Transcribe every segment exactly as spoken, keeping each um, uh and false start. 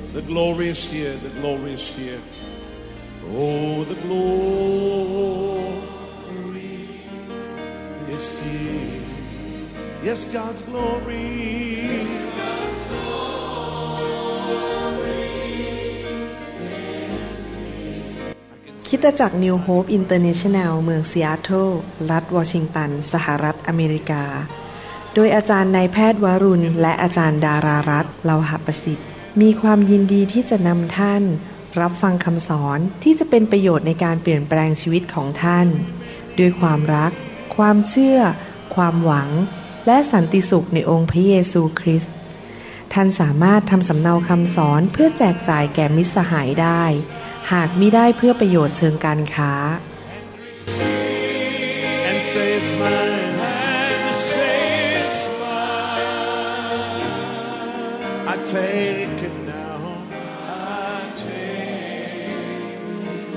The glory is here. The glory is here. Oh, the glory is here. Yes, God's glory. Yes, God's glory is here. คริสตจักร New Hope International เมืองซีแอตเทิลรัฐวอชิงตันสหรัฐอเมริกาโดยอาจารย์นายแพทย์วรุณและอาจารย์ดารารัตน์เลาหประสิทธิ์มีความยินดีที่จะนำท่านรับฟังคำสอนที่จะเป็นประโยชน์ในการเปลี่ยนแปลงชีวิตของท่านด้วยความรักความเชื่อความหวังและสันติสุขในองค์พระเยซูคริสต์ท่านสามารถทำสำเนาคำสอนเพื่อแจกจ่ายแก่มิตรสหายได้หากมิได้เพื่อประโยชน์เชิงการค้า And say it's mine. And say it's mine. I take it now. I take it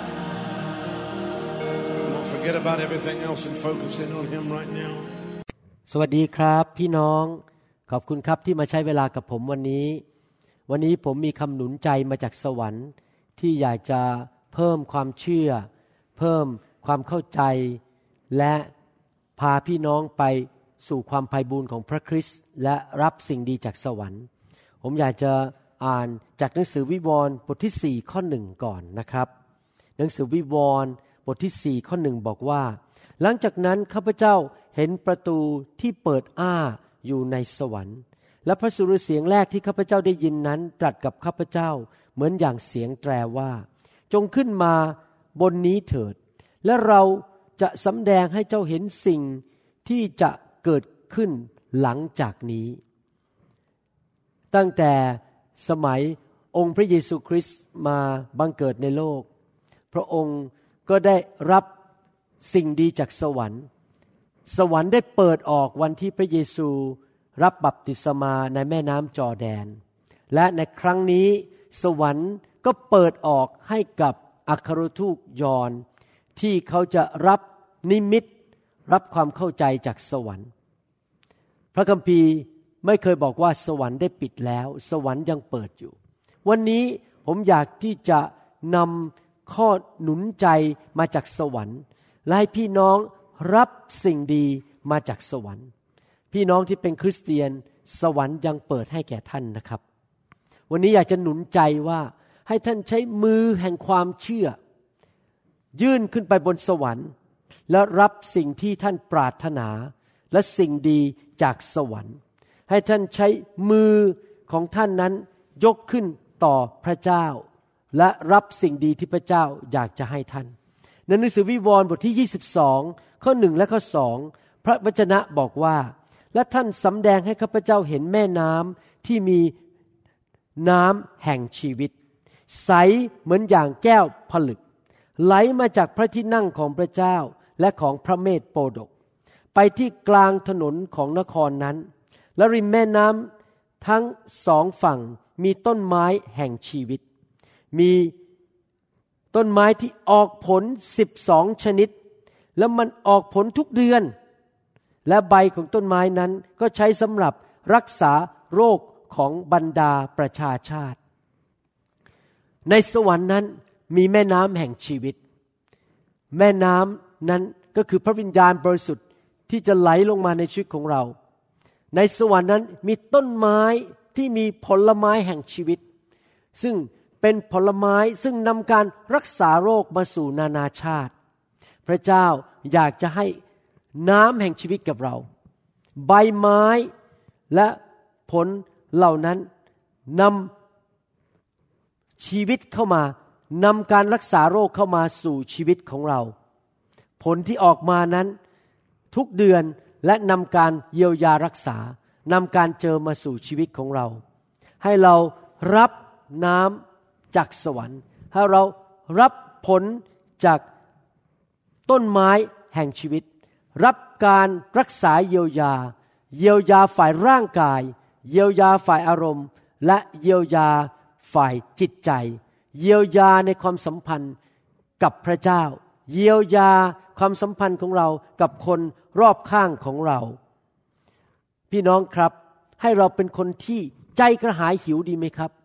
now. Don't forget about everything else and focus in on Him right now. สวัสดีครับพี่น้องขอบคุณครับที่มาใช้เวลากับผมวันนี้วันนี้ผมมีคำหนุนใจมาจากสวรรค์ที่อยากจะเพิ่มความเชื่อเพิ่มความเข้าใจและพาพี่น้องไปสู่ความไพบูลย์ของพระคริสต์และรับสิ่งดีจากสวรรค์ผมอยากจะอ่านจากหนังสือวิวรณ์บทที่สี่ข้อหนึ่งก่อนนะครับหนังสือวิวรณ์บทที่สี่ข้อหนึ่งบอกว่าหลังจากนั้นข้าพเจ้าเห็นประตูที่เปิดอ้าอยู่ในสวรรค์และพระสุรเสียงแรกที่ข้าพเจ้าได้ยินนั้นตรัสกับข้าพเจ้าเหมือนอย่างเสียงแตรว่าจงขึ้นมาบนนี้เถิดและเราจะสำแดงให้เจ้าเห็นสิ่งที่จะเกิดขึ้นหลังจากนี้ตั้งแต่สมัยองค์พระเยซูคริสต์มาบังเกิดในโลกพระองค์ก็ได้รับสิ่งดีจากสวรรค์สวรรค์ได้เปิดออกวันที่พระเยซูรับบัพติศมาในแม่น้ำจอร์แดนและในครั้งนี้สวรรค์ก็เปิดออกให้กับอัครทูตยอห์นที่เขาจะรับนิมิตรับความเข้าใจจากสวรรค์พระคัมภีร์ไม่เคยบอกว่าสวรรค์ได้ปิดแล้วสวรรค์ยังเปิดอยู่วันนี้ผมอยากที่จะนำข้อหนุนใจมาจากสวรรค์และให้พี่น้องรับสิ่งดีมาจากสวรรค์พี่น้องที่เป็นคริสเตียนสวรรค์ยังเปิดให้แก่ท่านนะครับวันนี้อยากจะหนุนใจว่าให้ท่านใช้มือแห่งความเชื่อยื่นขึ้นไปบนสวรรค์และรับสิ่งที่ท่านปรารถนาและสิ่งดีจากสวรรค์ให้ท่านใช้มือของท่านนั้นยกขึ้นต่อพระเจ้าและรับสิ่งดีที่พระเจ้าอยากจะให้ท่านในหนังสือวิวรณ์บทที่ยี่สิบสองข้อหนึ่งและข้อสองพระวจนะบอกว่าและท่านสำแดงให้ข้าพเจ้าเห็นแม่น้ำที่มีน้ำแห่งชีวิตใสเหมือนอย่างแก้วผลึกไหลมาจากพระที่นั่งของพระเจ้าและของพระเมธโปดกไปที่กลางถนนของนครนั้นและริมแม่น้ำทั้งสองฝั่งมีต้นไม้แห่งชีวิตมีต้นไม้ที่ออกผลสิบสองชนิดและมันออกผลทุกเดือนและใบของต้นไม้นั้นก็ใช้สำหรับรักษาโรคของบรรดาประชาชาติในสวรรค์นั้นมีแม่น้ำแห่งชีวิตแม่น้ำนั้นก็คือพระวิญญาณบริสุทธิ์ที่จะไหลลงมาในชีวิตของเราในสวรรค์นั้นมีต้นไม้ที่มีผลไม้แห่งชีวิตซึ่งเป็นผลไม้ซึ่งนำการรักษาโรคมาสู่นานาชาติพระเจ้าอยากจะให้น้ำแห่งชีวิตกับเราใบไม้และผลเหล่านั้นนำชีวิตเข้ามานำการรักษาโรคเข้ามาสู่ชีวิตของเราผลที่ออกมานั้นทุกเดือนและนำการเยียวยารักษานำการเจอมาสู่ชีวิตของเราให้เรารับน้ำจากสวรรค์ให้เรารับผลจากต้นไม้แห่งชีวิตรับการรักษาเยียวยาเยียวยาฝ่ายร่างกายเยียวยาฝ่ายอารมณ์และเยียวยาฝ่ายจิตใจเยียวยาในความสัมพันธ์กับพระเจ้าเยียวยาความสัมพันธ์ของเรากับคนรอบข้างของเราพี่น้องครับให้เราเป็นคนที่ใจกระหายหิวดีไหมครับ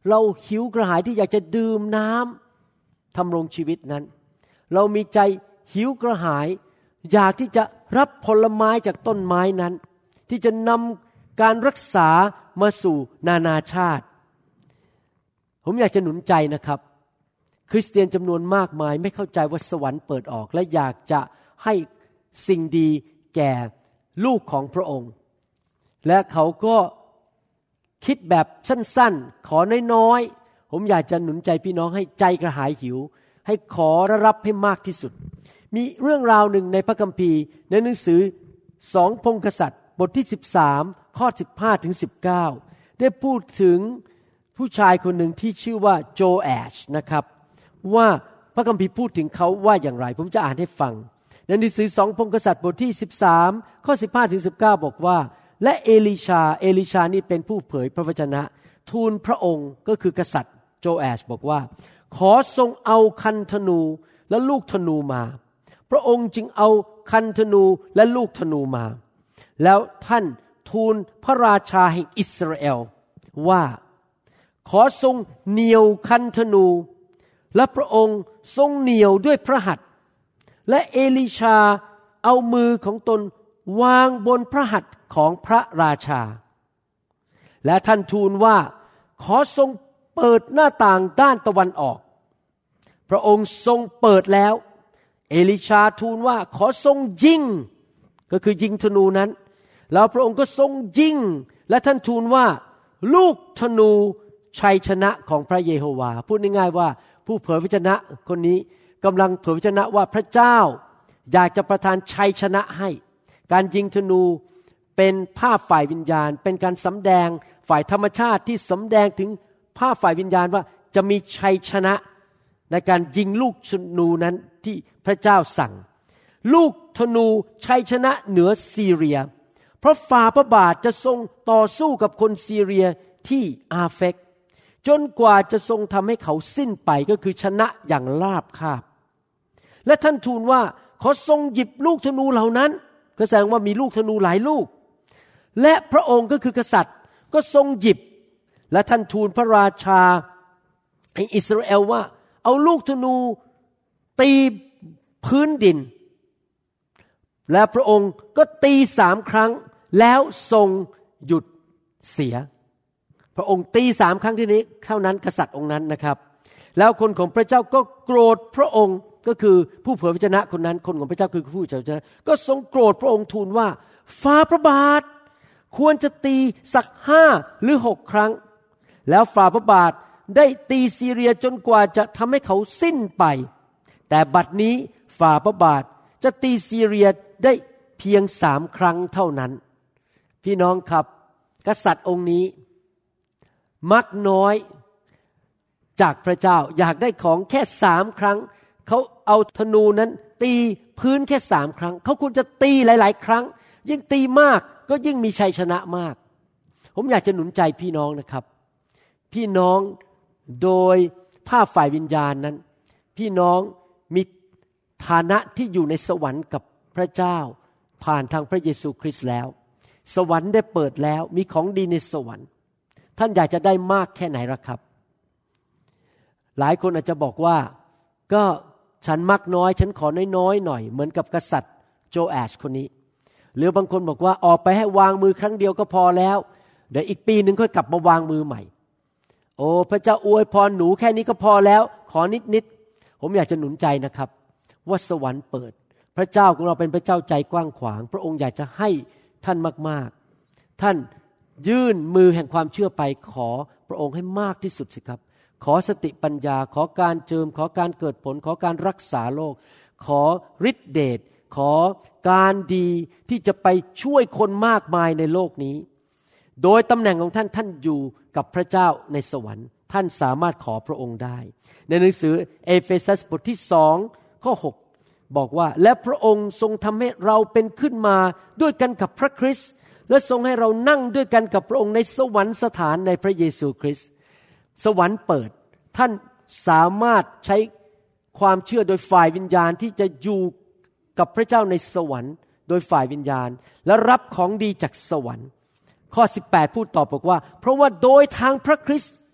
เราหิวกระหายที่อยากจะดื่มน้ำทำรงชีวิตนั้นเรามีใจหิวกระหายอยากที่จะรับผลไม้จากต้นไม้นั้นที่จะนำการรักษามาสู่นานาชาติผมอยากจะหนุนใจนะครับคริสเตียนจำนวนมากมายไม่เข้าใจว่าสวรรค์เปิดออกและอยากจะให้สิ่งดีแก่ลูกของพระองค์และเขาก็คิดแบบสั้นๆขอน้อยๆผมอยากจะหนุนใจพี่น้องให้ใจกระหายหิวให้ขอและรับให้มากที่สุดมีเรื่องราวหนึ่งในพระคัมภีร์ในหนังสือสองพงศ์กษัตริย์บทที่สิบสามข้อสิบห้าถึงสิบเก้าได้พูดถึงผู้ชายคนหนึ่งที่ชื่อว่าโจแอชนะครับว่าพระคัมภีร์พูดถึงเขาว่าอย่างไรผมจะอ่านให้ฟังในหนังสือสองพงศ์กษัตริย์บทที่สิบสามข้อสิบห้าถึงสิบเก้าบอกว่าและเอลีชาเอลีชานี่เป็นผู้เผยพระวจนะทูลพระองค์ก็คือกษัตริย์โจแอชบอกว่าขอทรงเอาคันธนูและลูกธนูมาพระองค์จึงเอาคันธนูและลูกธนูมาแล้วท่านทูลพระราชาแห่งอิสราเอลว่าขอทรงเหนี่ยวคันธนูและพระองค์ทรงเหนี่ยวด้วยพระหัตถ์และเอลีชาเอามือของตนวางบนพระหัตถ์ของพระราชาและท่านทูลว่าขอทรงเปิดหน้าต่างด้านตะวันออกพระองค์ทรงเปิดแล้วเอลีชาทูลว่าขอทรงยิงก็คือยิงธนูนั้นแล้วพระองค์ก็ทรงยิงและท่านทูลว่าลูกธนูชัยชนะของพระเยโฮวาพูดง่ายๆว่าผู้เผยพระวจนะคนนี้กำลังเผยพระวจนะว่าพระเจ้าอยากจะประทานชัยชนะให้การยิงธนูเป็นภาพฝ่ายวิญญาณเป็นการสำแดงฝ่ายธรรมชาติที่สำแดงถึงภาพฝ่ายวิญญาณว่าจะมีชัยชนะในการยิงลูกธนูนั้นที่พระเจ้าสั่งลูกธนูชัยชนะเหนือซีเรียเพราะฝ่าพระบาทจะทรงต่อสู้กับคนซีเรียที่อาเฟกจนกว่าจะทรงทำให้เขาสิ้นไปก็คือชนะอย่างราบคาบและท่านทูลว่าขอทรงหยิบลูกธนูเหล่านั้นก็แสดงว่ามีลูกธนูหลายลูกและพระองค์ก็คือกษัตริย์ก็ทรงหยิบและท่านทูลพระราชาแห่งอิสราเอลว่าเอาลูกธนูตีพื้นดินและพระองค์ก็ตีสามครั้งแล้วทรงหยุดเสียพระองค์ตีสามครั้งที่นี้เท่านั้นกษัตริย์องค์นั้นนะครับแล้วคนของพระเจ้าก็โกรธพระองค์ก็คือผู้เผยพระวจนะคนนั้นคนของพระเจ้าคือผู้เผยพระวจนะก็ทรงโกรธพระองค์ทูลว่าฝ่าพระบาทควรจะตีสักห้าหรือหกครั้งแล้วฝ่าพระบาทได้ตีซีเรียจนกว่าจะทำให้เขาสิ้นไปแต่บัดนี้ฝ่าพระบาทจะตีซีเรียได้เพียงสามครั้งเท่านั้นพี่น้องครับกษัตริย์องค์นี้มักน้อยจากพระเจ้าอยากได้ของแค่สามครั้งเขาเอาธนูนั้นตีพื้นแค่สามครั้งเขาควรจะตีหลายๆครั้งยิ่งตีมากก็ยิ่งมีชัยชนะมากผมอยากจะหนุนใจพี่น้องนะครับพี่น้องโดยภาพฝ่ายวิญญาณนั้นพี่น้องมีฐานะที่อยู่ในสวรรค์กับพระเจ้าผ่านทางพระเยซูคริสต์แล้วสวรรค์ได้เปิดแล้วมีของดีในสวรรค์ท่านอยากจะได้มากแค่ไหนล่ะครับหลายคนอาจจะบอกว่าก็ฉันมักน้อยฉันขอน้อยๆหน่อยเหมือนกับกษัตริย์โจแอชคนนี้หรือบางคนบอกว่าออกไปให้วางมือครั้งเดียวก็พอแล้วเดี๋ยวอีกปีนึงค่อยกลับมาวางมือใหม่โอ้พระเจ้าอวยพรหนูแค่นี้ก็พอแล้วขอนิดๆผมอยากจะหนุนใจนะครับว่าสวรรค์เปิดพระเจ้าของเราเป็นพระเจ้าใจกว้างขวางพระองค์อยากจะให้ท่านมากๆท่านยื่นมือแห่งความเชื่อไปขอพระองค์ให้มากที่สุดสิครับขอสติปัญญาขอการเจิมขอการเกิดผลขอการรักษาโรคขอฤทธิเดชขอการดีที่จะไปช่วยคนมากมายในโลกนี้โดยตำแหน่งของท่านท่านอยู่กับพระเจ้าในสวรรค์ท่านสามารถขอพระองค์ได้ในหนังสือเอเฟซัสบทที่สองข้อหกบอกว่าและพระองค์ทรงทำให้เราเป็นขึ้นมาด้วยกันกับพระคริสต์และทรงให้เรานั่งด้วยกันกับพระองค์ในสวรรคสถานในพระเยซูคริสต์สวรรค์เปิดท่านสามารถใช้ความเชื่อโดยฝ่ายวิญญาณที่จะอยู่กับพระเจ้าในสวรรค์โดยฝ่ายวิญญาณและรับของดีจากสวรรค์ข้อสิบแปดพูดต่อบอกว่าเพราะว่าโดยทางพระคริสต์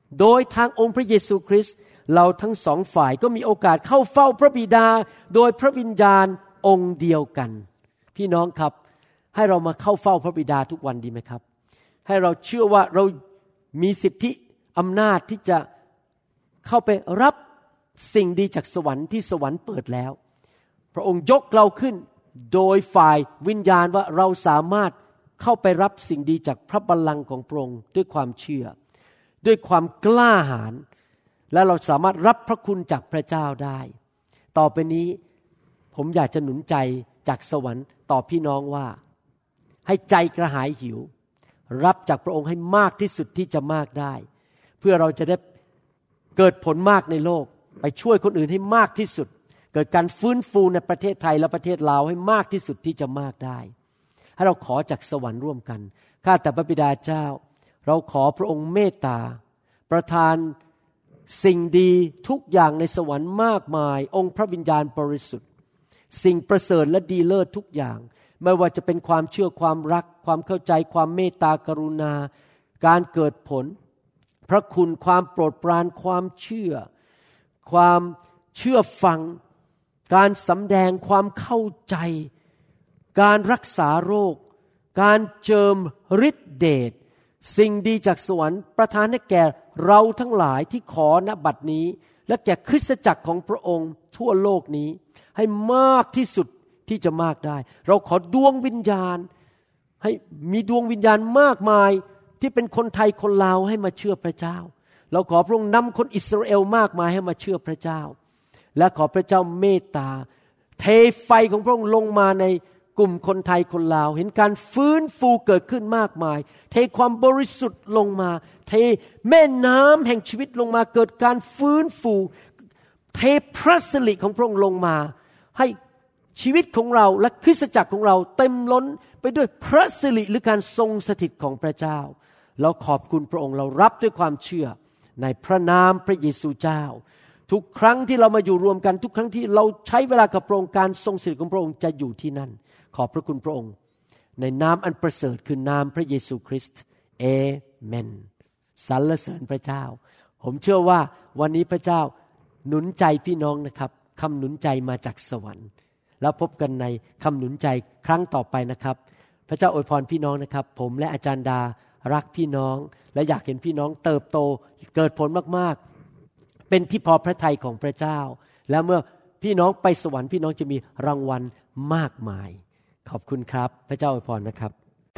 โดยทางองค์พระเยซูคริสต์เราทั้งสองฝ่ายก็มีโอกาสเข้าเฝ้าพระบิดาโดยพระวิญญาณองค์เดียวกันพี่น้องครับให้เรามาเข้าเฝ้าพระบิดาทุกวันดีไหมครับให้เราเชื่อว่าเรามีสิทธิอำนาจที่จะเข้าไปรับสิ่งดีจากสวรรค์ที่สวรรค์เปิดแล้วพระองค์ยกเราขึ้นโดยฝ่ายวิญญาณว่าเราสามารถเข้าไปรับสิ่งดีจากพระบัลลังก์ของพระองค์ด้วยความเชื่อด้วยความกล้าหาญและเราสามารถรับพระคุณจากพระเจ้าได้ต่อไปนี้ผมอยากจะหนุนใจจากสวรรค์ต่อพี่น้องว่าให้ใจกระหายหิวรับจากพระองค์ให้มากที่สุดที่จะมากได้เพื่อเราจะได้เกิดผลมากในโลกไปช่วยคนอื่นให้มากที่สุดเกิดการฟื้นฟูในประเทศไทยและประเทศลาวให้มากที่สุดที่จะมากได้ให้เราขอจากสวรรค์ร่วมกันข้าแต่พระบิดาเจ้าเราขอพระองค์เมตตาประทานสิ่งดีทุกอย่างในสวรรค์มากมายองค์พระวิญญาณบริสุทธิ์สิ่งประเสริฐและดีเลิศทุกอย่างไม่ว่าจะเป็นความเชื่อความรักความเข้าใจความเมตตากรุณาการเกิดผลพระคุณความโปรดปรานความเชื่อความเชื่อฟังการสำแดงความเข้าใจการรักษาโรคการเจิมฤทธิเดชสิ่งดีจากสวรรค์ประทานให้แก่เราทั้งหลายที่ขอณบัดนี้และแก่คริสตจักรของพระองค์ทั่วโลกนี้ให้มากที่สุดที่จะมากได้เราขอดวงวิญญาณให้มีดวงวิญญาณมากมายที่เป็นคนไทยคนลาวให้มาเชื่อพระเจ้าเราขอพระองค์นำคนอิสราเอลมากมายให้มาเชื่อพระเจ้าและขอพระเจ้าเมตตาเทไฟของพระองค์ลงมาในกลุ่มคนไทยคนลาวเห็นการฟื้นฟูเกิดขึ้นมากมายเทความบริสุทธิ์ลงมาเทแม่น้ำแห่งชีวิตลงมาเกิดการฟื้นฟูเทพระสิริของพระองค์ลงมาให้ชีวิตของเราและคริสตจักรของเราเต็มล้นไปด้วยพระสิริหรือการทรงสถิตของพระเจ้าเราขอบคุณพระองค์เรารับด้วยความเชื่อในพระนามพระเยซูเจ้าทุกครั้งที่เรามาอยู่รวมกันทุกครั้งที่เราใช้เวลากับพระองค์การทรงสถิตของพระองค์จะอยู่ที่นั่นขอบพระคุณพระองค์ในนามอันประเสริฐคือนามพระเยซูคริสต์เอเมนสรรเสริญพระเจ้าผมเชื่อว่าวันนี้พระเจ้าหนุนใจพี่น้องนะครับคำหนุนใจมาจากสวรรค์แล้วพบกันในคำหนุนใจครั้งต่อไปนะครับพระเจ้าอวยพรพี่น้องนะครับผมและอาจารย์ดารักพี่น้องและอยากเห็นพี่น้องเติบโตเกิดผลมากๆเป็นที่พอพระทัยของพระเจ้าและเมื่อพี่น้องไปสวรรค์พี่น้องจะมีรางวัลมากมายขอบคุณครับพระเจ้าอวยพรนะครับ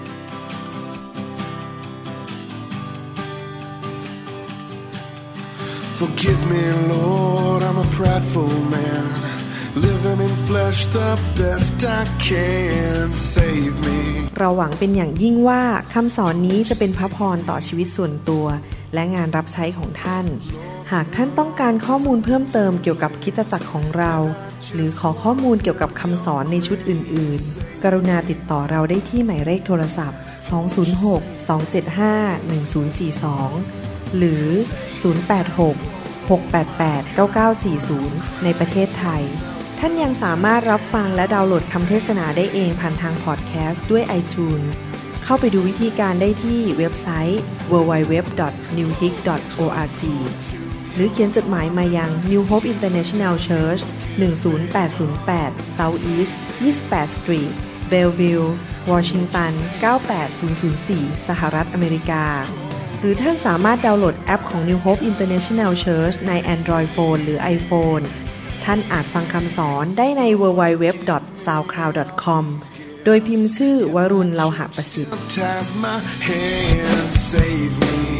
Forgive me, Lord, I'm a prideful man, living in flesh the best I can. Save me. เราหวังเป็นอย่างยิ่งว่าคำสอนนี้จะเป็นพระพรต่อชีวิตส่วนตัวและงานรับใช้ของท่านหากท่านต้องการข้อมูลเพิ่มเติมเกี่ยวกับคริสตจักรของเราหรือขอข้อมูลเกี่ยวกับคำสอนในชุดอื่นๆกรุณาติดต่อเราได้ที่หมายเลขโทรศัพท์สอง ศูนย์ หก สอง เจ็ด ห้า หนึ่ง ศูนย์ สี่ สองหรือศูนย์ แปด หก หก แปด แปด เก้า เก้า สี่ ศูนย์ในประเทศไทยท่านยังสามารถรับฟังและดาวน์โหลดคำเทศนาได้เองผ่านทางพอดแคสต์ด้วย iTunes เข้าไปดูวิธีการได้ที่เว็บไซต์ ดับเบิลยู ดับเบิลยู ดับเบิลยู ดอท นิว ฮิก ดอท โอ อาร์ จี หรือเขียนจดหมายมายัง New Hope International Church หนึ่ง ศูนย์ แปด ศูนย์ แปด South East ยี่สิบแปด Street Bellevue Washington เก้า แปด ศูนย์ ศูนย์ สี่ สหรัฐอเมริกาหรือท่านสามารถดาวน์โหลดแอปของ New Hope International Church ใน Android Phone หรือ iPhone ท่านอาจฟังคำสอนได้ใน ดับเบิลยู ดับเบิลยู ดับเบิลยู ดอท ซาวด์คลาวด์ ดอท คอม โดยพิมพ์ชื่อวรุณ เลาหะประสิทธิ์